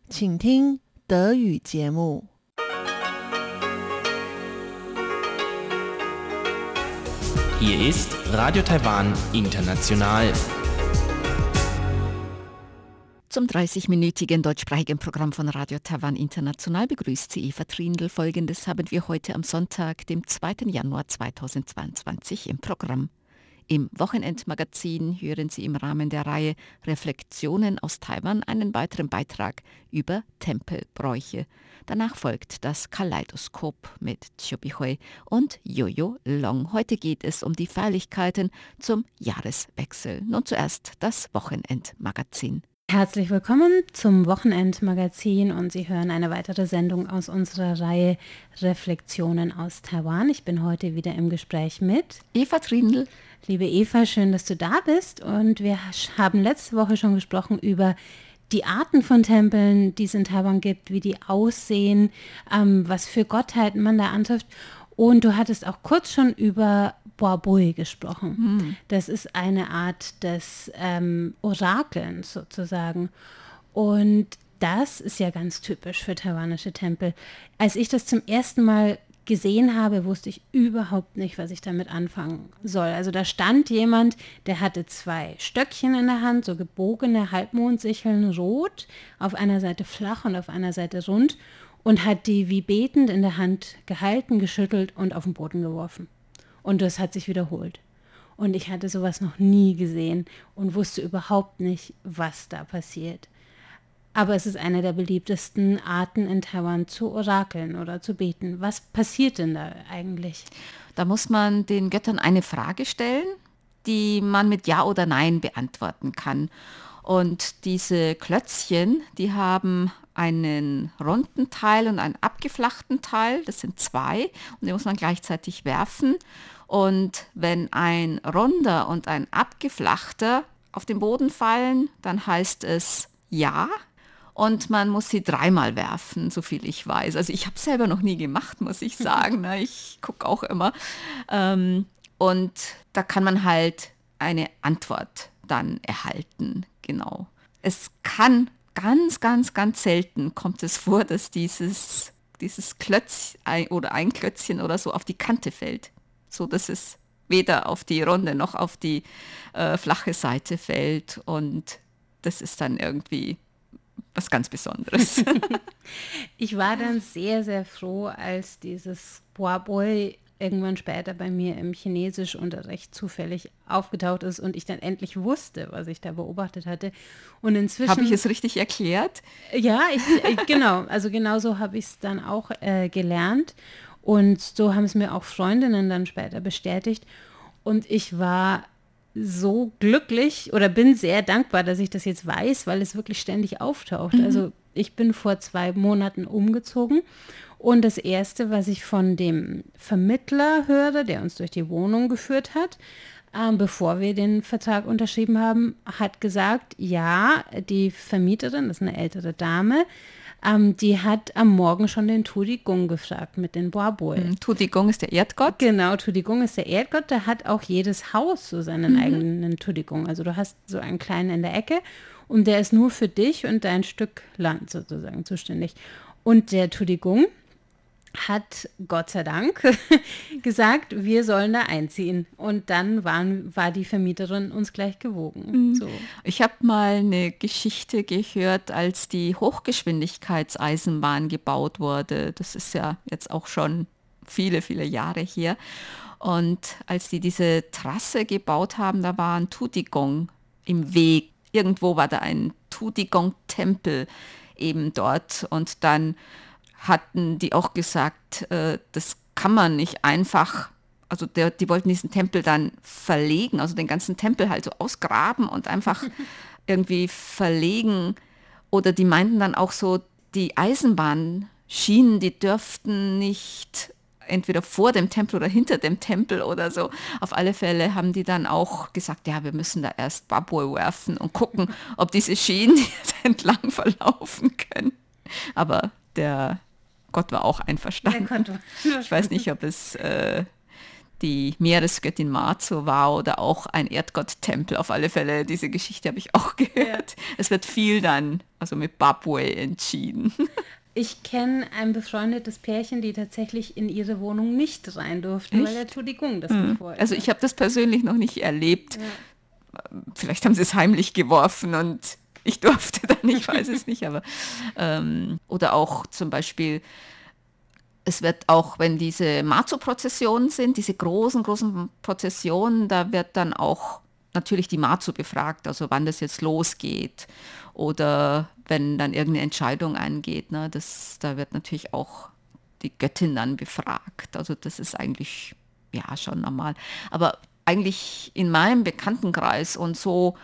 请听德语节目。 Hier ist Radio Taiwan International. Zum 30-minütigen deutschsprachigen Programm von Radio Taiwan International begrüßt sie Eva Trindl. Folgendes haben wir heute am Sonntag, dem 2. Januar 2022 im Programm. Im Wochenendmagazin hören Sie im Rahmen der Reihe Reflexionen aus Taiwan einen weiteren Beitrag über Tempelbräuche. Danach folgt das Kaleidoskop mit Chobihui und Jojo Long. Heute geht es um die Feierlichkeiten zum Jahreswechsel. Nun zuerst das Wochenendmagazin. Herzlich willkommen zum Wochenendmagazin und Sie hören eine weitere Sendung aus unserer Reihe Reflexionen aus Taiwan. Ich bin heute wieder im Gespräch mit Eva Trindl. Liebe Eva, schön, dass du da bist, und wir haben letzte Woche schon gesprochen über die Arten von Tempeln, die es in Taiwan gibt, wie die aussehen, was für Gottheiten man da antrifft. Und du hattest auch kurz schon über Boabui gesprochen. Das ist eine Art des Orakelns sozusagen. Und das ist ja ganz typisch für taiwanische Tempel. Als ich das zum ersten Mal gesehen habe, wusste ich überhaupt nicht, was ich damit anfangen soll. Also da stand jemand, der hatte 2 Stöckchen in der Hand, so gebogene Halbmondsicheln, rot, auf einer Seite flach und auf einer Seite rund, und hat die wie betend in der Hand gehalten, geschüttelt und auf den Boden geworfen. Und das hat sich wiederholt. Und ich hatte sowas noch nie gesehen und wusste überhaupt nicht, was da passiert. Aber es ist eine der beliebtesten Arten in Taiwan zu orakeln oder zu beten. Was passiert denn da eigentlich? Da muss man den Göttern eine Frage stellen, die man mit Ja oder Nein beantworten kann. Und diese Klötzchen, die haben einen runden Teil und einen abgeflachten Teil. Das sind 2 und die muss man gleichzeitig werfen. Und wenn ein runder und ein abgeflachter auf den Boden fallen, dann heißt es Ja. Und man muss sie 3-mal werfen, so viel ich weiß. Also ich habe es selber noch nie gemacht, muss ich sagen. Ich gucke auch immer. Und da kann man halt eine Antwort dann erhalten. Genau. Es kann ganz, ganz, ganz selten kommt es vor, dass dieses Klötzchen oder ein Klötzchen oder so auf die Kante fällt. So dass es weder auf die runde noch auf die flache Seite fällt. Und das ist dann irgendwie was ganz Besonderes. Ich war dann sehr, sehr froh, als dieses Boabui irgendwann später bei mir im Chinesischunterricht zufällig aufgetaucht ist und ich dann endlich wusste, was ich da beobachtet hatte. Und inzwischen... Habe ich es richtig erklärt? Ja, genau. Also genau so habe ich es dann auch gelernt. Und so haben es mir auch Freundinnen dann später bestätigt. Und ich war so glücklich oder bin sehr dankbar, dass ich das jetzt weiß, weil es wirklich ständig auftaucht. Also ich bin vor 2 Monaten umgezogen und das Erste, was ich von dem Vermittler höre, der uns durch die Wohnung geführt hat, bevor wir den Vertrag unterschrieben haben, hat gesagt, ja, die Vermieterin, das ist eine ältere Dame, die hat am Morgen schon den Tudigong gefragt mit den Boabui. Tudigong ist der Erdgott? Genau, Tudigong ist der Erdgott. Da hat auch jedes Haus so seinen eigenen Tudigong. Also du hast so einen kleinen in der Ecke und der ist nur für dich und dein Stück Land sozusagen zuständig. Und der Tudigong hat, Gott sei Dank, gesagt, wir sollen da einziehen. Und dann war die Vermieterin uns gleich gewogen. So. Ich habe mal eine Geschichte gehört, als die Hochgeschwindigkeitseisenbahn gebaut wurde. Das ist ja jetzt auch schon viele, viele Jahre her. Und als die diese Trasse gebaut haben, da war ein Tudigong im Weg. Irgendwo war da ein Tudigong-Tempel eben dort. Und dann hatten die auch gesagt, das kann man nicht einfach, also die wollten diesen Tempel dann verlegen, also den ganzen Tempel halt so ausgraben und einfach irgendwie verlegen. Oder die meinten dann auch so, die Eisenbahnschienen, die dürften nicht entweder vor dem Tempel oder hinter dem Tempel oder so. Auf alle Fälle haben die dann auch gesagt, ja, wir müssen da erst Boabui werfen und gucken, ob diese Schienen entlang verlaufen können. Aber der Gott war auch einverstanden. Ich weiß nicht, ob es die Meeresgöttin Mazo war oder auch ein Erdgotttempel. Auf alle Fälle, diese Geschichte habe ich auch gehört. Ja. Es wird viel dann, also mit Babwe entschieden. Ich kenne ein befreundetes Pärchen, die tatsächlich in ihre Wohnung nicht rein durften, weil der Tudigong das nicht wollte. Also ich habe das persönlich noch nicht erlebt. Ja. Vielleicht haben sie es heimlich geworfen und ich durfte dann, ich weiß es nicht, aber oder auch zum Beispiel, es wird auch, wenn diese Mazo-Prozessionen sind, diese großen Prozessionen, da wird dann auch natürlich die Mazo befragt, also wann das jetzt losgeht oder wenn dann irgendeine Entscheidung angeht, ne, da wird natürlich auch die Göttin dann befragt. Also das ist eigentlich ja schon normal. Aber eigentlich in meinem Bekanntenkreis und so,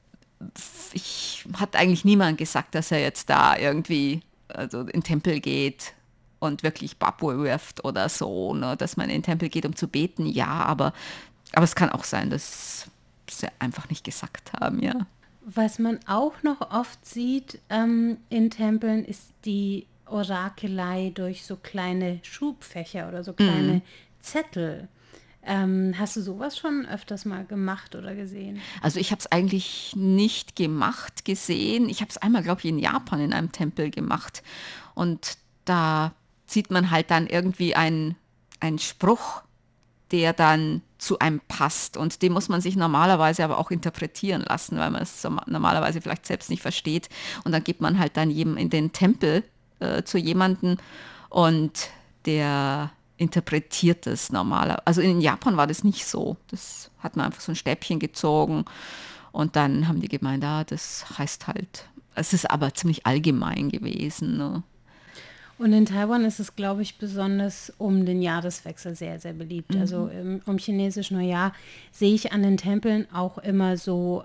hat eigentlich niemand gesagt, dass er jetzt da irgendwie also in den Tempel geht und wirklich Babwe wirft oder so, ne, dass man in den Tempel geht, um zu beten, ja, aber es kann auch sein, dass sie einfach nicht gesagt haben, ja. Was man auch noch oft sieht in Tempeln, ist die Orakelei durch so kleine Schubfächer oder so kleine Zettel. Hast du sowas schon öfters mal gemacht oder gesehen? Also ich habe es eigentlich nicht gesehen. Ich habe es einmal, glaube ich, in Japan in einem Tempel gemacht. Und da sieht man halt dann irgendwie einen Spruch, der dann zu einem passt. Und den muss man sich normalerweise aber auch interpretieren lassen, weil man es normalerweise vielleicht selbst nicht versteht. Und dann gibt man halt dann in den Tempel zu jemandem und der interpretiert es normalerweise. Also in Japan war das nicht so. Das hat man einfach so ein Stäbchen gezogen und dann haben die gemeint, das heißt halt, es ist aber ziemlich allgemein gewesen. Ne? Und in Taiwan ist es, glaube ich, besonders um den Jahreswechsel sehr, sehr beliebt. Also um chinesisch Neujahr sehe ich an den Tempeln auch immer so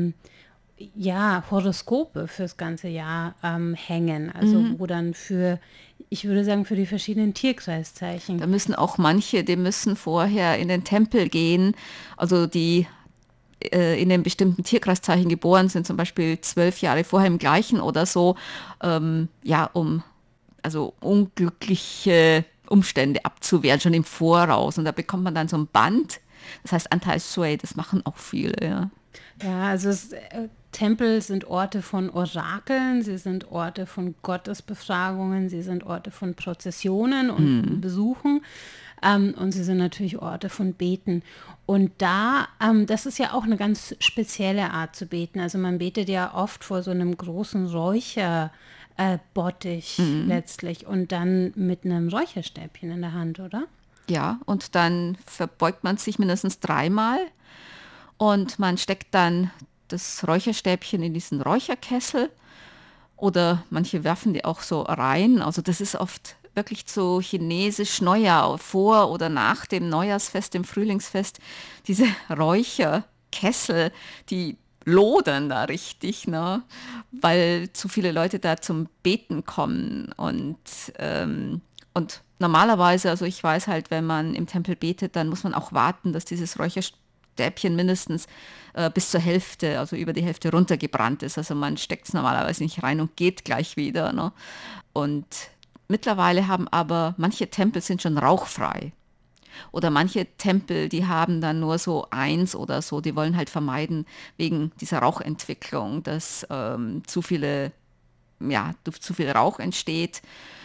Horoskope fürs ganze Jahr hängen. Also wo dann ich würde sagen, für die verschiedenen Tierkreiszeichen. Da müssen auch manche, die müssen vorher in den Tempel gehen, also die in einem bestimmten Tierkreiszeichen geboren sind, zum Beispiel 12 Jahre vorher im gleichen oder so, um also unglückliche Umstände abzuwehren, schon im Voraus. Und da bekommt man dann so ein Band, das heißt Antai Sui, das machen auch viele, ja. Ja, also Tempel sind Orte von Orakeln, sie sind Orte von Gottesbefragungen, sie sind Orte von Prozessionen und Besuchen und sie sind natürlich Orte von Beten. Und das ist ja auch eine ganz spezielle Art zu beten. Also man betet ja oft vor so einem großen Räucherbottich letztlich und dann mit einem Räucherstäbchen in der Hand, oder? Ja, und dann verbeugt man sich mindestens 3-mal. Und man steckt dann das Räucherstäbchen in diesen Räucherkessel oder manche werfen die auch so rein. Also das ist oft wirklich so chinesisch Neujahr, vor oder nach dem Neujahrsfest, dem Frühlingsfest. Diese Räucherkessel, die lodern da richtig, ne? Weil zu viele Leute da zum Beten kommen. Und normalerweise, also ich weiß halt, wenn man im Tempel betet, dann muss man auch warten, dass dieses Räucherstäbchen mindestens bis zur Hälfte, also über die Hälfte runtergebrannt ist. Also man steckt es normalerweise nicht rein und geht gleich wieder. Ne? Und mittlerweile haben aber manche Tempel sind schon rauchfrei. Oder manche Tempel, die haben dann nur so 1 oder so, die wollen halt vermeiden wegen dieser Rauchentwicklung, dass zu viel Rauch entsteht,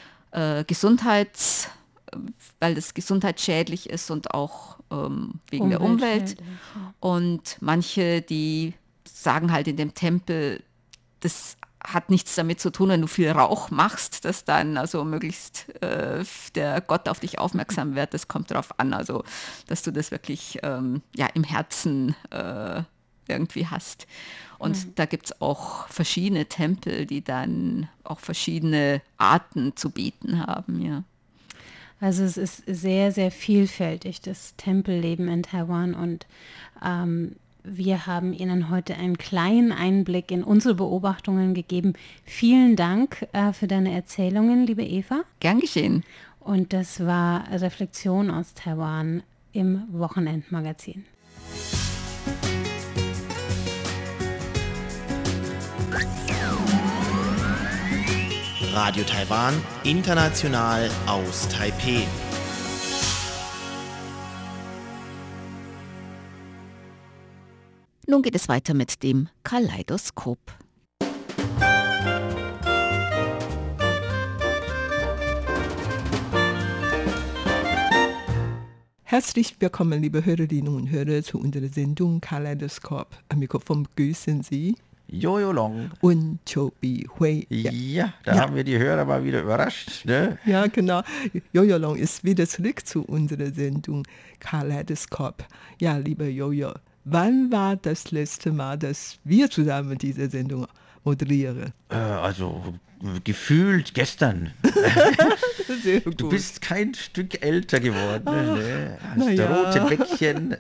weil das gesundheitsschädlich ist und auch wegen der Umwelt. Und manche, die sagen halt in dem Tempel, das hat nichts damit zu tun, wenn du viel Rauch machst, dass dann also möglichst der Gott auf dich aufmerksam wird. Das kommt darauf an, also dass du das wirklich im Herzen irgendwie hast. Und da gibt es auch verschiedene Tempel, die dann auch verschiedene Arten zu beten haben, ja. Also es ist sehr, sehr vielfältig, das Tempelleben in Taiwan und wir haben Ihnen heute einen kleinen Einblick in unsere Beobachtungen gegeben. Vielen Dank für deine Erzählungen, liebe Eva. Gern geschehen. Und das war Reflexion aus Taiwan im Wochenendmagazin. Radio Taiwan, international aus Taipeh. Nun geht es weiter mit dem Kaleidoskop. Herzlich willkommen, liebe Hörerinnen und Hörer, zu unserer Sendung Kaleidoskop. Am Mikrofon begrüßen Sie Jojo Long. und Chobi Hui. Ja, da haben wir die Hörer mal wieder überrascht. Ne? Ja, genau. Jojo Long ist wieder zurück zu unserer Sendung Kaleidoskop. Ja, lieber Jojo, wann war das letzte Mal, dass wir zusammen diese Sendung moderieren? Also gefühlt gestern. Sehr gut. Du bist kein Stück älter geworden. Ne? Hast na ja. rote Bäckchen.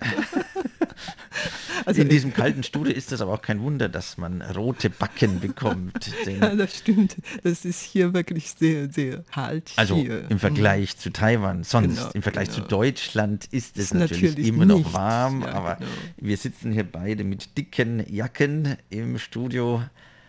Also in diesem kalten Studio ist es aber auch kein Wunder, dass man rote Backen bekommt. Denn Ja, das stimmt. Das ist hier wirklich sehr, sehr kalt. also hier. im Vergleich zu Taiwan, sonst Genau, im Vergleich genau. zu Deutschland ist es Ist natürlich natürlich immer noch nichts. warm, Ja, aber genau. wir sitzen hier beide mit dicken Jacken im Studio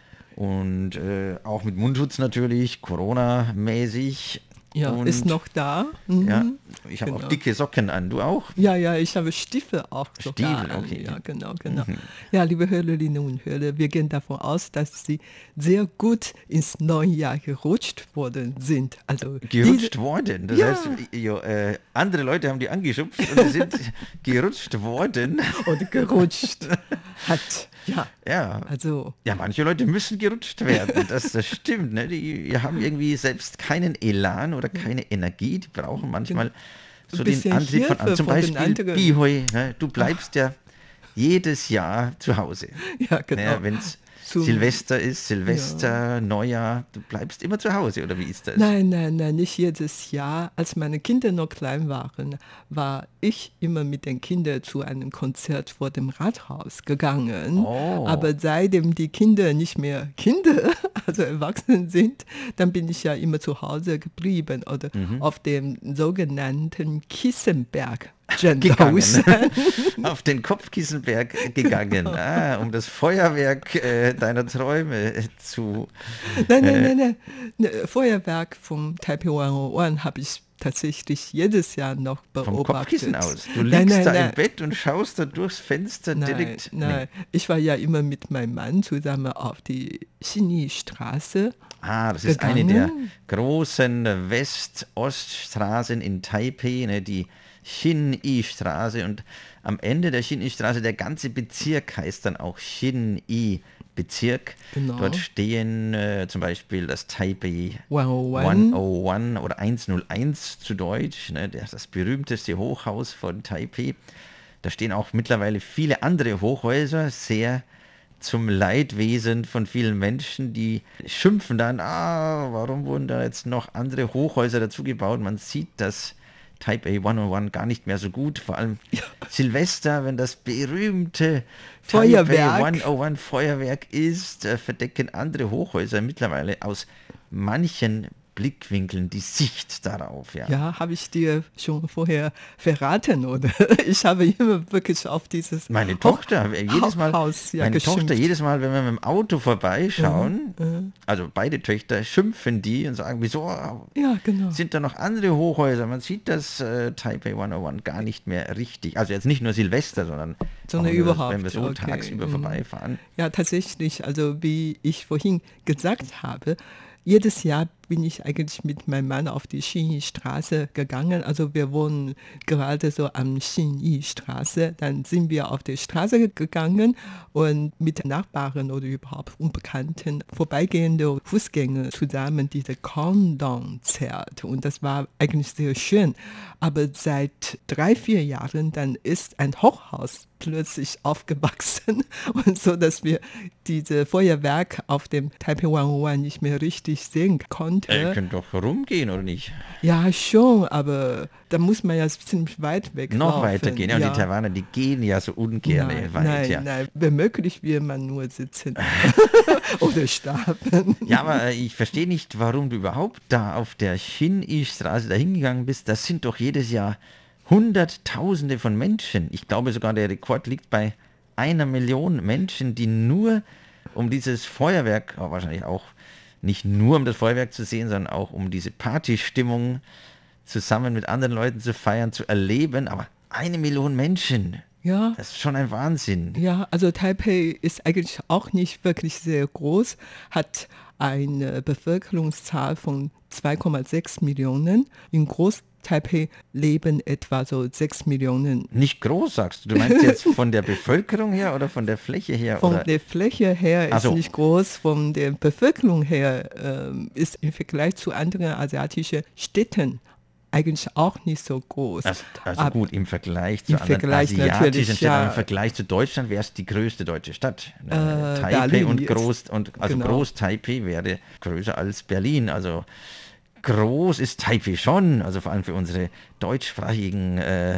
und auch mit Mundschutz natürlich, Corona-mäßig. Ja, und, ist noch da. Mhm. Ja, ich habe Genau. auch dicke Socken an, du auch? Ja, ich habe Stiefel auch sogar Stiefel, an. okay. Ja, genau. Ja, liebe Hörerinnen und Hörer, wir gehen davon aus, dass Sie sehr gut ins neue Jahr gerutscht worden sind. Also Gerutscht worden, das Ja. heißt, andere Leute haben die angeschubst und sie sind gerutscht worden. Oder gerutscht hat. Ja, Ja. also Ja, manche Leute müssen gerutscht werden, das stimmt. Ne? Die haben irgendwie selbst keinen Elan oder keine Energie, die brauchen manchmal so den bisschen Antrieb von Hilfe zum von den Beispiel anderen. Bihoi, ne? Du bleibst ja jedes Jahr zu Hause. ja, genau. Ja, wenn es Zum- Silvester ist, Neujahr, du bleibst immer zu Hause, oder wie ist das? Nein, nicht jedes Jahr. Als meine Kinder noch klein waren, war ich immer mit den Kindern zu einem Konzert vor dem Rathaus gegangen. Oh. Aber seitdem die Kinder nicht mehr Kinder, also erwachsen sind, dann bin ich ja immer zu Hause geblieben oder auf dem sogenannten Kissenberg. Gegangen. Auf den Kopfkissenberg gegangen, um das Feuerwerk deiner Träume zu... Nein. Feuerwerk vom Taipei 101 habe ich tatsächlich jedes Jahr noch beobachtet. Vom Kopfkissen aus. Du Nein, liegst da nein. im Bett und schaust da durchs Fenster direkt. Nein. Ich war ja immer mit meinem Mann zusammen auf die Xinyi-Straße. Das ist eine der großen West-Ost-Straßen in Taipei, ne, die Xinyi-Straße. Und am Ende der Xinyi-Straße, der ganze Bezirk heißt dann auch Xinyi-Bezirk. Genau. Dort stehen zum Beispiel das Taipei 101. 101 oder 101 zu Deutsch, ne, das berühmteste Hochhaus von Taipei. Da stehen auch mittlerweile viele andere Hochhäuser, sehr zum Leidwesen von vielen Menschen, die schimpfen dann, warum wurden da jetzt noch andere Hochhäuser dazu gebaut? Man sieht das Taipei 101 gar nicht mehr so gut, vor allem Silvester, wenn das berühmte Feuerwerk. Taipei 101 Feuerwerk ist, verdecken andere Hochhäuser mittlerweile aus manchen Blickwinkeln die Sicht darauf. Ja, habe ich dir schon vorher verraten, oder? Ich habe immer wirklich auf dieses Meine Tochter, jedes Mal, Hochhaus, ja, meine geschimpft. Tochter, jedes Mal, wenn wir mit dem Auto vorbeischauen, also beide Töchter, schimpfen die und sagen, wieso Ja, genau. sind da noch andere Hochhäuser? Man sieht das Taipei 101 gar nicht mehr richtig. Also jetzt nicht nur Silvester, sondern auch nur, überhaupt. wenn wir so Okay. tagsüber vorbeifahren. Ja, tatsächlich, also wie ich vorhin gesagt habe, jedes Jahr bin ich eigentlich mit meinem Mann auf die Xinyi-Straße gegangen. Also wir wohnen gerade so am Xinyi-Straße. Dann sind wir auf die Straße gegangen und mit Nachbarn oder überhaupt Unbekannten, vorbeigehende Fußgänger zusammen diese Countdown zählt. Und das war eigentlich sehr schön. Aber seit 3-4 Jahren dann ist ein Hochhaus plötzlich aufgewachsen und so, dass wir diese Feuerwerk auf dem Taipei 101 nicht mehr richtig sehen konnten. Ihr könnt doch rumgehen, oder nicht? Ja, schon, aber da muss man ja ziemlich weit weg. Noch weiter gehen. Ja, und ja. die Taiwaner, die gehen ja so ungern weit. Nein, wenn möglich will man nur sitzen oder schlafen. Ja, aber ich verstehe nicht, warum du überhaupt da auf der Xinyi-Straße da hingegangen bist. Das sind doch jedes Jahr Hunderttausende von Menschen. Ich glaube sogar, der Rekord liegt bei 1 Million Menschen, die nur um dieses Feuerwerk, aber wahrscheinlich auch nicht nur um das Feuerwerk zu sehen, sondern auch um diese Partystimmung zusammen mit anderen Leuten zu feiern, zu erleben. Aber 1 Million Menschen, Ja. Das ist schon ein Wahnsinn. Ja, also Taipei ist eigentlich auch nicht wirklich sehr groß, hat eine Bevölkerungszahl von 2,6 Millionen. In Groß-Taipei leben etwa so 6 Millionen. Nicht groß, sagst du. Du meinst jetzt von der Bevölkerung her oder von der Fläche her? Von oder? der Fläche her Ach ist so. nicht groß, von der Bevölkerung her ist im Vergleich zu anderen asiatischen Städten eigentlich auch nicht so groß. Also gut, im Vergleich zu im anderen Vergleich asiatischen natürlich, Städten, ja. aber im Vergleich zu Deutschland wäre es die größte deutsche Stadt. Taipei Berlin und jetzt. also Genau. Groß-Taipei wäre größer als Berlin. Also groß ist Taipei schon, also vor allem für unsere deutschsprachigen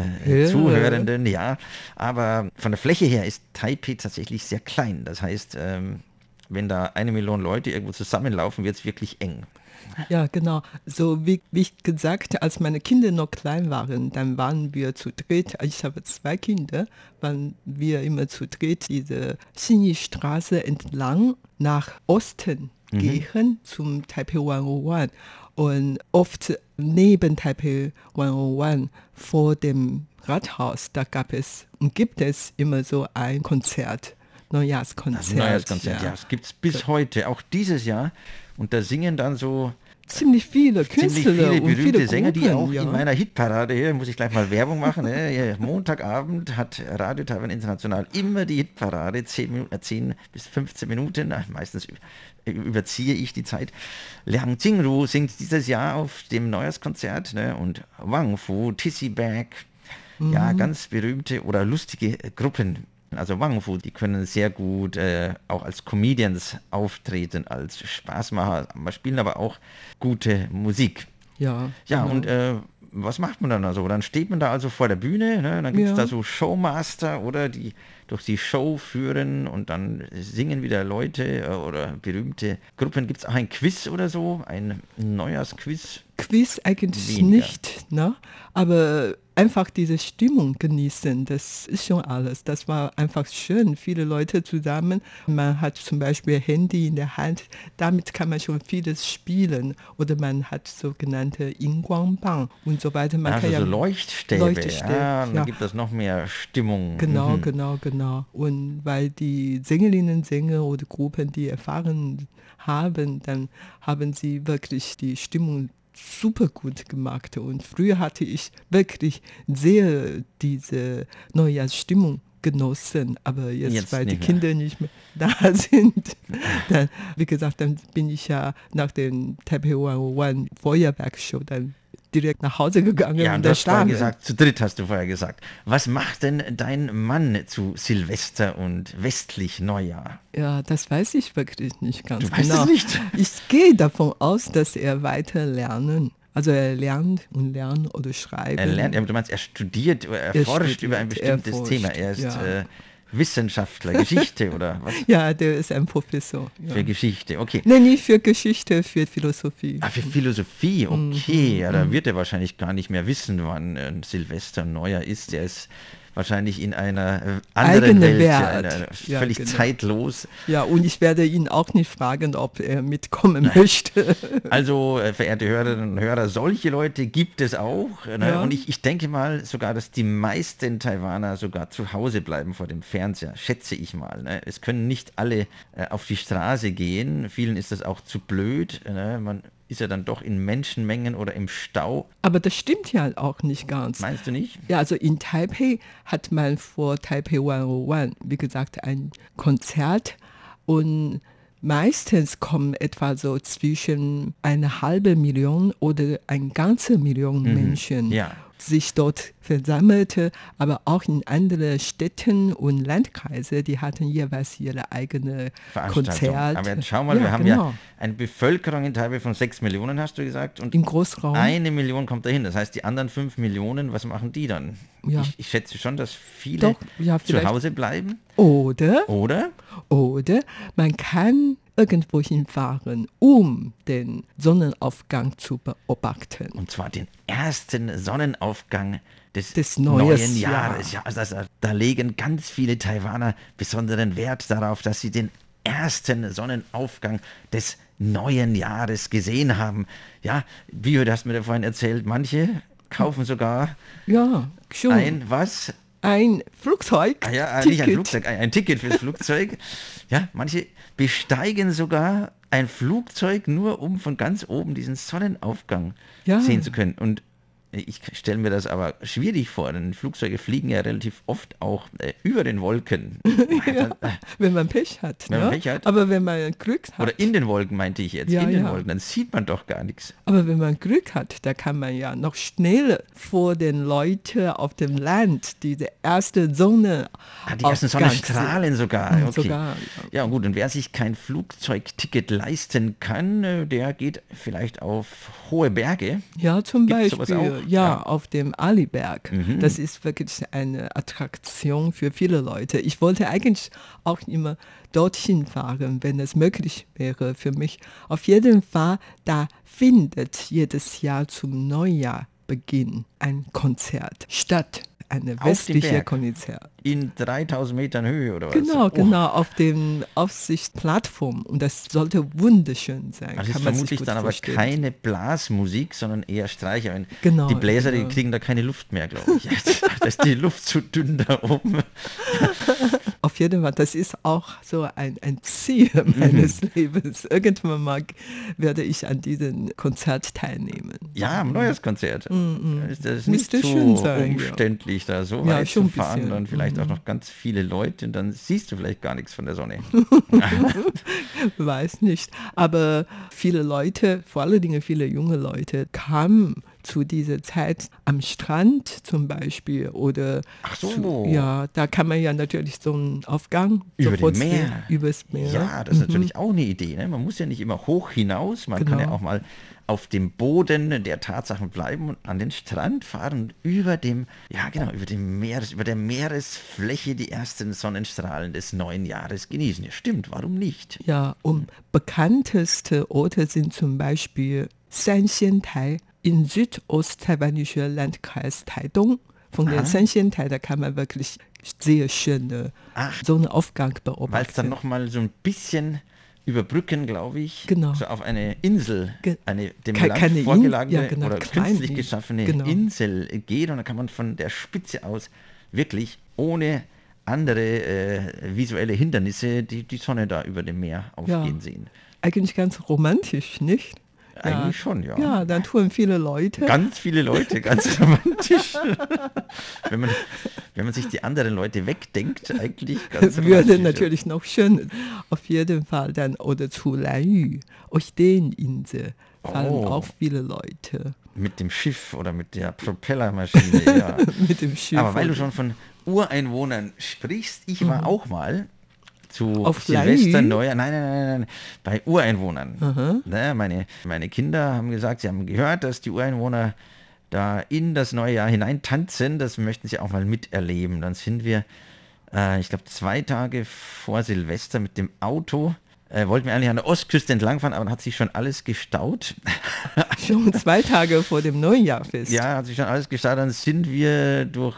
Zuhörenden, ja. Aber von der Fläche her ist Taipei tatsächlich sehr klein. Das heißt, wenn da 1 Million Leute irgendwo zusammenlaufen, wird es wirklich eng. Ja, genau. So wie ich gesagt, als meine Kinder noch klein waren, dann waren wir zu dritt. Ich habe 2 Kinder, waren wir immer zu dritt diese Xinyi-Straße entlang nach Osten gehen zum Taipei 101. Und oft neben Taipei 101 vor dem Rathaus, da gab es und gibt es immer so ein Konzert, Neujahrskonzert. Neujahrskonzert, ja, das gibt es bis heute, auch dieses Jahr. Und da singen dann so Ziemlich viele Künstler ziemlich viele und berühmte viele Sänger, die Gruppen, auch ja. in meiner Hitparade, hier muss ich gleich mal Werbung machen, hier, Montagabend hat Radio Taiwan International immer die Hitparade, 10 bis 15 Minuten, meistens überziehe ich die Zeit. Liang Jingru singt dieses Jahr auf dem Neujahrskonzert, ne, und Wang Fu, Tissy Bag, ja, ganz berühmte oder lustige Gruppen. Also Wang Fu, die können sehr gut auch als Comedians auftreten, als Spaßmacher, spielen aber auch gute Musik. Ja, Ja, genau. und was macht man dann also? Dann steht man da also vor der Bühne, ne? Dann gibt es Ja. da so Showmaster oder die durch die Show führen und dann singen wieder Leute oder berühmte Gruppen. Gibt es auch ein Quiz oder so? Ein Neujahrsquiz? Quiz eigentlich Weniger. nicht, ne? Aber einfach diese Stimmung genießen, das ist schon alles. Das war einfach schön, viele Leute zusammen. Man hat zum Beispiel Handy in der Hand, damit kann man schon vieles spielen. Oder man hat sogenannte Yingguangbang und so weiter. Man Also kann so ja Leuchtstäbe. Leuchtstäbe, Ja, dann ja. gibt es noch mehr Stimmung. Genau, Mhm. genau. Und weil die Sängerinnen, Sänger oder Gruppen, die erfahren haben, dann haben sie wirklich die Stimmung super gut gemacht. Und früher hatte ich wirklich sehr diese Neujahrsstimmung genossen, aber jetzt weil die nicht mehr. Kinder nicht mehr da sind, dann, wie gesagt, dann bin ich ja nach dem Taipei 101 Feuerwerkshow dann direkt nach Hause gegangen Ja, und und da du hast vorher stand gesagt, zu dritt hast du vorher gesagt. Was macht denn dein Mann zu Silvester und westlich Neujahr? Ja, das weiß ich wirklich nicht ganz Du weißt genau. es nicht? Ich gehe davon aus, dass er weiter lernen. Also er lernt und lernen oder schreiben. Er lernt, du meinst, er studiert, er forscht über ein bestimmtes forscht, Thema. Er ist ja. Wissenschaftler, Geschichte oder was? Ja, der ist ein Professor. Ja. Für Geschichte, okay. Nein, nicht für Geschichte, für Philosophie. Ah, für Philosophie, okay. Ja, da wird er wahrscheinlich gar nicht mehr wissen, wann Silvester und Neujahr ist. Er ist wahrscheinlich in einer anderen Eigene Welt, Welt. Ja, völlig genau. zeitlos. Ja, und ich werde ihn auch nicht fragen, ob er mitkommen möchte. Also, verehrte Hörerinnen und Hörer, solche Leute gibt es auch. Ne? Ja. Und ich denke mal sogar, dass die meisten Taiwaner sogar zu Hause bleiben vor dem Fernseher, schätze ich mal. Ne? Es können nicht alle auf die Straße gehen. Vielen ist das auch zu blöd. Ne? Man ist ja dann doch in Menschenmengen oder im Stau. Aber das stimmt ja auch nicht ganz. Meinst du nicht? Ja, also in Taipei hat man vor Taipei 101, wie gesagt, ein Konzert und meistens kommen etwa so zwischen 1,5 Million oder 1 ganze Million Menschen ja. sich dort versammelte, aber auch in anderen Städten und Landkreise, die hatten jeweils ihre eigene Veranstaltung. Konzert. Aber jetzt schau mal, Ja, wir haben genau. ja eine Bevölkerung in Taipei von 6 Millionen, hast du gesagt. Und Im Großraum. 1 Million kommt dahin. Das heißt, die anderen 5 Millionen, was machen die dann? Ja. Ich schätze schon, dass viele Doch, ja, zu vielleicht. Hause bleiben. Oder Oder? Man kann irgendwo hinfahren, um den Sonnenaufgang zu beobachten. Und zwar den ersten Sonnenaufgang des neuen neuen Jahres. Ja, also da legen ganz viele Taiwaner besonderen Wert darauf, dass sie den ersten Sonnenaufgang des neuen Jahres gesehen haben. Ja, Bio, du hast mir da vorhin erzählt, manche kaufen sogar Ja, schon. ein was? ein Flugzeug. Nicht ein Flugzeug, ein Ticket fürs Flugzeug. Ja, manche besteigen sogar ein Flugzeug nur, um von ganz oben diesen Sonnenaufgang sehen zu können. Und ich stelle mir das aber schwierig vor, denn Flugzeuge fliegen ja relativ oft auch über den Wolken. Wenn man Pech hat. Wenn man Pech hat. Aber wenn man Glück hat. Oder in den Wolken, meinte ich jetzt. In den Wolken, dann sieht man doch gar nichts. Aber wenn man Glück hat, da kann man ja noch schneller vor den Leuten auf dem Land diese erste Sonne. Die ersten Sonnenstrahlen sogar. Okay. Ja, gut, und wer sich kein Flugzeugticket leisten kann, der geht vielleicht auf hohe Berge. Ja, zum Gibt's Beispiel. Auf dem Aliberg. Das ist wirklich eine Attraktion für viele Leute. Ich wollte eigentlich auch immer dorthin fahren, wenn es möglich wäre für mich. Auf jeden Fall, da findet jedes Jahr zum Neujahrbeginn ein Konzert statt. Eine westliche Konzert. In 3000 Metern Höhe oder was? Genau, auf dem Aufsichtsplattform. Und das sollte wunderschön sein. Das ist vermutlich dann aber keine Blasmusik, sondern eher Streicher. Die Bläser, die kriegen da keine Luft mehr, glaube ich. Da ist die Luft zu dünn da oben. Auf jeden Fall, das ist auch so ein Ziel meines Lebens. Irgendwann mal werde ich an diesem Konzert teilnehmen. Ja, am Neujahrskonzert. Das ist nicht Müsste so schön sein, umständlich, da so weit zu fahren. Dann vielleicht auch noch ganz viele Leute und dann siehst du vielleicht gar nichts von der Sonne. Weiß nicht. Aber viele Leute, vor allen Dingen viele junge Leute, kamen zu dieser Zeit am Strand zum Beispiel oder da kann man ja natürlich so einen Aufgang über sofort dem Meer. Übers Meer. Ja, das ist natürlich auch eine Idee. Ne? Man muss ja nicht immer hoch hinaus, man kann ja auch mal auf dem Boden der Tatsachen bleiben und an den Strand fahren und über der Meeresfläche die ersten Sonnenstrahlen des neuen Jahres genießen. Ja, stimmt, warum nicht? Ja, und bekannteste Orte sind zum Beispiel Sanxiantai in südosttaiwanischer Landkreis Taidong. Von der Sanxiantai, da kann man wirklich sehr schöne Sonnenaufgang beobachten. Weil es dann nochmal so ein bisschen überbrücken, glaube ich, so auf eine Insel, dem Land vorgelagerte oder künstlich geschaffene Insel geht und dann kann man von der Spitze aus wirklich ohne andere visuelle Hindernisse die Sonne da über dem Meer aufgehen sehen. Eigentlich ganz romantisch, nicht? Eigentlich schon, ja. Ja, dann tun viele Leute. Ganz viele Leute, ganz romantisch. wenn man sich die anderen Leute wegdenkt, eigentlich ganz romantisch. Würde natürlich noch schön. Auf jeden Fall dann, oder zu Lanyu, Orchideeninsel, fallen auch viele Leute. Mit dem Schiff oder mit der Propellermaschine, ja. Mit dem Schiff. Aber weil du schon von Ureinwohnern sprichst, ich war auch mal auf Silvester, Neujahr, nein, bei Ureinwohnern. Ne, meine Kinder haben gesagt, sie haben gehört, dass die Ureinwohner da in das neue Jahr hinein tanzen, das möchten sie auch mal miterleben. Dann sind wir, ich glaube 2 Tage vor Silvester mit dem Auto, wollten wir eigentlich an der Ostküste entlangfahren, aber dann hat sich schon alles gestaut. Schon 2 Tage vor dem Neujahrfest. Ja, hat sich schon alles gestaut, dann sind wir durch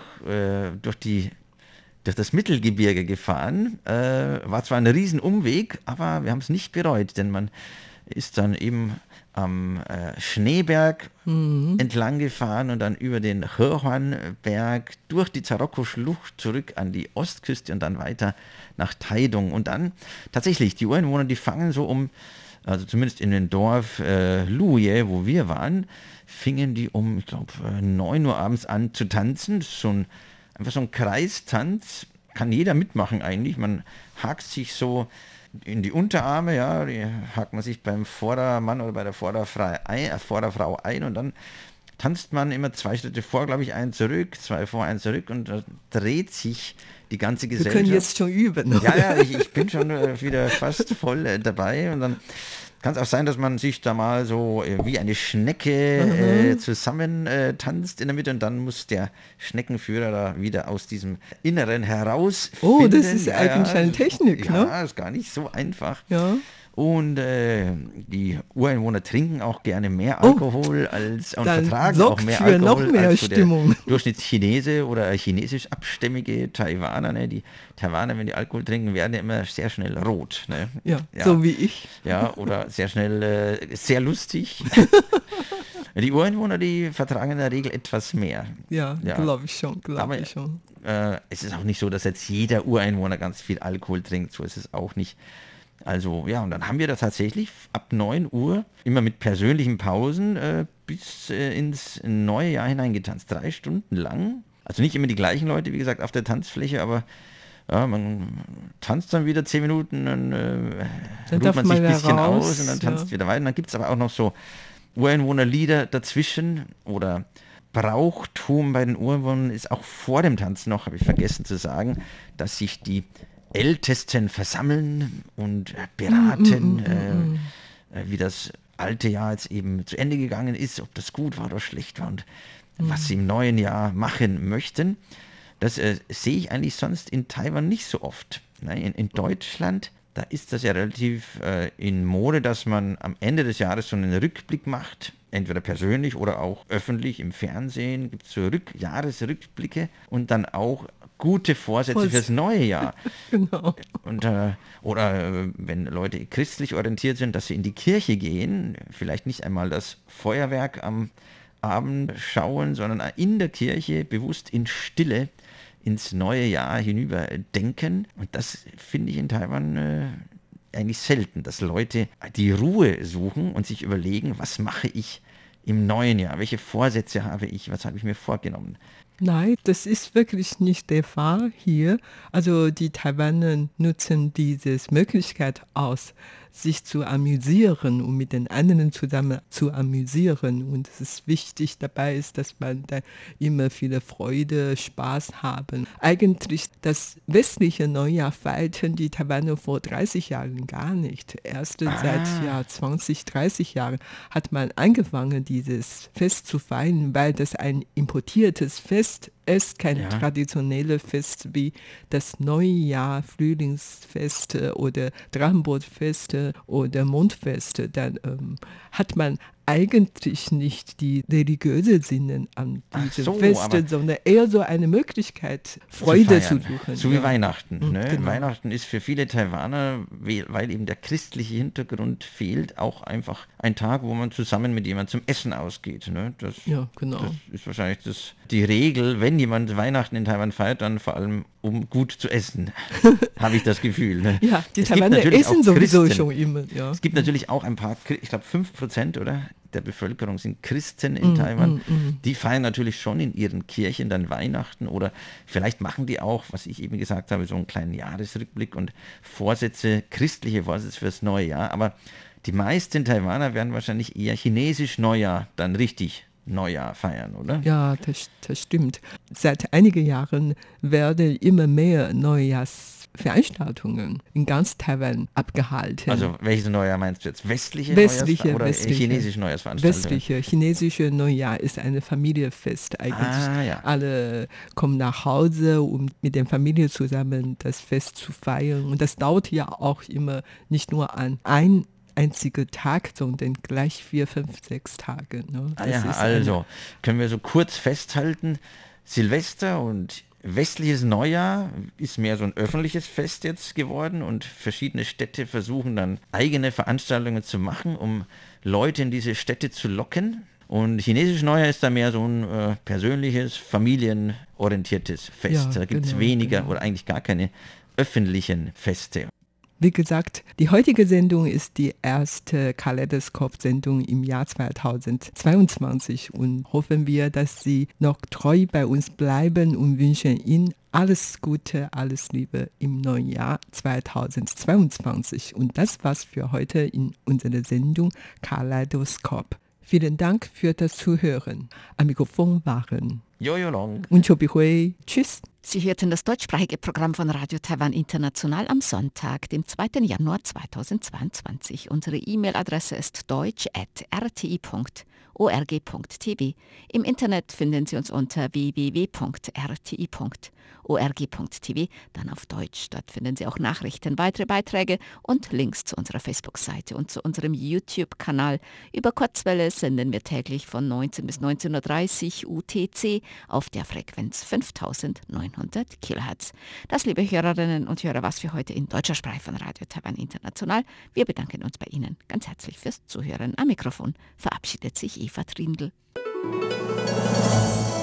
das Mittelgebirge gefahren, war zwar ein Riesen-Umweg, aber wir haben es nicht bereut, denn man ist dann eben am Schneeberg entlang gefahren und dann über den Hehuan-Berg durch die Zaroko-Schlucht zurück an die Ostküste und dann weiter nach Taidong. Und dann tatsächlich, die Ureinwohner, die fangen so also zumindest in dem Dorf Luye, wo wir waren, fingen die ich glaube, 9 Uhr abends an zu tanzen. Das ist einfach so ein Kreistanz, kann jeder mitmachen eigentlich. Man hakt sich so in die Unterarme, die hakt man sich beim Vordermann oder bei der Vorderfrau ein und dann tanzt man immer 2 Schritte vor, glaube ich, 1 zurück, 2 vor, 1 zurück und da dreht sich die ganze Gesellschaft. Wir können jetzt schon üben. Ja, ich bin schon wieder fast voll dabei und dann kann es auch sein, dass man sich da mal so wie eine Schnecke zusammen tanzt in der Mitte und dann muss der Schneckenführer da wieder aus diesem Inneren heraus. Oh, das ist eigentlich eine Technik, ne? Ja, ist gar nicht so einfach. Ja. Und die Ureinwohner trinken auch gerne mehr Alkohol und vertragen auch mehr Alkohol noch mehr als so der Stimmung. Durchschnittschinese oder chinesisch abstämmige Taiwaner. Ne? Die Taiwaner, wenn die Alkohol trinken, werden ja immer sehr schnell rot. Ne? Ja, so wie ich. Ja, oder sehr schnell, sehr lustig. Die Ureinwohner, die vertragen in der Regel etwas mehr. Ja, glaube ich schon, Aber es ist auch nicht so, dass jetzt jeder Ureinwohner ganz viel Alkohol trinkt, so ist es auch nicht. Also ja, und dann haben wir da tatsächlich ab 9 Uhr, immer mit persönlichen Pausen, bis ins neue Jahr hineingetanzt. 3 Stunden lang. Also nicht immer die gleichen Leute, wie gesagt, auf der Tanzfläche, aber ja, man tanzt dann wieder 10 Minuten, dann ruht man sich ein bisschen aus und dann tanzt wieder weiter. Und dann gibt es aber auch noch so Ureinwohnerlieder dazwischen oder Brauchtum bei den Ureinwohnern ist auch vor dem Tanzen noch, habe ich vergessen zu sagen, dass sich die Ältesten versammeln und beraten, wie das alte Jahr jetzt eben zu Ende gegangen ist, ob das gut war oder schlecht war und was sie im neuen Jahr machen möchten. Das sehe ich eigentlich sonst in Taiwan nicht so oft. In Deutschland, da ist das ja relativ in Mode, dass man am Ende des Jahres so einen Rückblick macht, entweder persönlich oder auch öffentlich im Fernsehen, gibt es so Jahresrückblicke und dann auch gute Vorsätze fürs neue Jahr. Genau. Und, oder wenn Leute christlich orientiert sind, dass sie in die Kirche gehen, vielleicht nicht einmal das Feuerwerk am Abend schauen, sondern in der Kirche bewusst in Stille ins neue Jahr hinüber denken. Und das finde ich in Taiwan eigentlich selten, dass Leute die Ruhe suchen und sich überlegen, was mache ich im neuen Jahr, welche Vorsätze habe ich, was habe ich mir vorgenommen. Nein, das ist wirklich nicht der Fall hier. Also die Taiwaner nutzen diese Möglichkeit aus, sich zu amüsieren und mit den anderen zusammen zu amüsieren. Und es ist wichtig dabei ist, dass man da immer viele Freude, Spaß haben. Eigentlich das westliche Neujahr feierten die Taiwaner vor 30 Jahren gar nicht. Erst seit 20, 30 Jahren hat man angefangen, dieses Fest zu feiern, weil das ein importiertes Fest ist, kein traditionelles Fest wie das Neujahr, Frühlingsfest oder Drachenbootfest oder Mondfest. Dann hat man eigentlich nicht die religiöse Sinne an diese Feste, sondern eher so eine Möglichkeit, Freude zu suchen. So wie Weihnachten. Ne? Genau. Weihnachten ist für viele Taiwaner, weil eben der christliche Hintergrund fehlt, auch einfach ein Tag, wo man zusammen mit jemandem zum Essen ausgeht. Ne? Das ist wahrscheinlich die Regel, wenn jemand Weihnachten in Taiwan feiert, dann vor allem um gut zu essen, habe ich das Gefühl. Ne? Ja, die Taiwaner essen sowieso schon immer. Ja. Es gibt natürlich auch ein paar, ich glaube 5%, oder? Der Bevölkerung sind Christen in Taiwan. Die feiern natürlich schon in ihren Kirchen dann Weihnachten oder vielleicht machen die auch, was ich eben gesagt habe, so einen kleinen Jahresrückblick und Vorsätze, christliche Vorsätze fürs neue Jahr. Aber die meisten Taiwaner werden wahrscheinlich eher chinesisch Neujahr dann richtig Neujahr feiern, oder? Ja, das stimmt. Seit einigen Jahren werden immer mehr Neujahrsveranstaltungen in ganz Taiwan abgehalten. Also welches Neujahr meinst du jetzt? Westliche oder chinesische Neujahrsveranstaltungen? Chinesische Neujahr ist ein Familienfest eigentlich. Alle kommen nach Hause, um mit der Familie zusammen das Fest zu feiern. Und das dauert ja auch immer nicht nur an ein einziger Tag, sondern gleich 4, 5, 6 Tage. Ne? Also können wir so kurz festhalten, Silvester und westliches Neujahr ist mehr so ein öffentliches Fest jetzt geworden und verschiedene Städte versuchen dann eigene Veranstaltungen zu machen, um Leute in diese Städte zu locken. Und chinesisches Neujahr ist da mehr so ein persönliches, familienorientiertes Fest. Da gibt es weniger oder eigentlich gar keine öffentlichen Feste. Wie gesagt, die heutige Sendung ist die erste Kaleidoskop-Sendung im Jahr 2022 und hoffen wir, dass Sie noch treu bei uns bleiben und wünschen Ihnen alles Gute, alles Liebe im neuen Jahr 2022. Und das war's für heute in unserer Sendung Kaleidoskop. Vielen Dank für das Zuhören. Am Mikrofon waren Jojo Long und Chobi Hui. Tschüss. Sie hörten das deutschsprachige Programm von Radio Taiwan International am Sonntag, dem 2. Januar 2022. Unsere E-Mail-Adresse ist deutsch@rti.org.tv. Im Internet finden Sie uns unter www.rti.org.tv, dann auf Deutsch. Dort finden Sie auch Nachrichten, weitere Beiträge und Links zu unserer Facebook-Seite und zu unserem YouTube-Kanal. Über Kurzwelle senden wir täglich von 19 bis 19.30 Uhr UTC auf der Frequenz 5900 kHz. Das, liebe Hörerinnen und Hörer, was für heute in deutscher Sprache von Radio Taiwan International. Wir bedanken uns bei Ihnen ganz herzlich fürs Zuhören. Am Mikrofon verabschiedet sich Eva Trindl.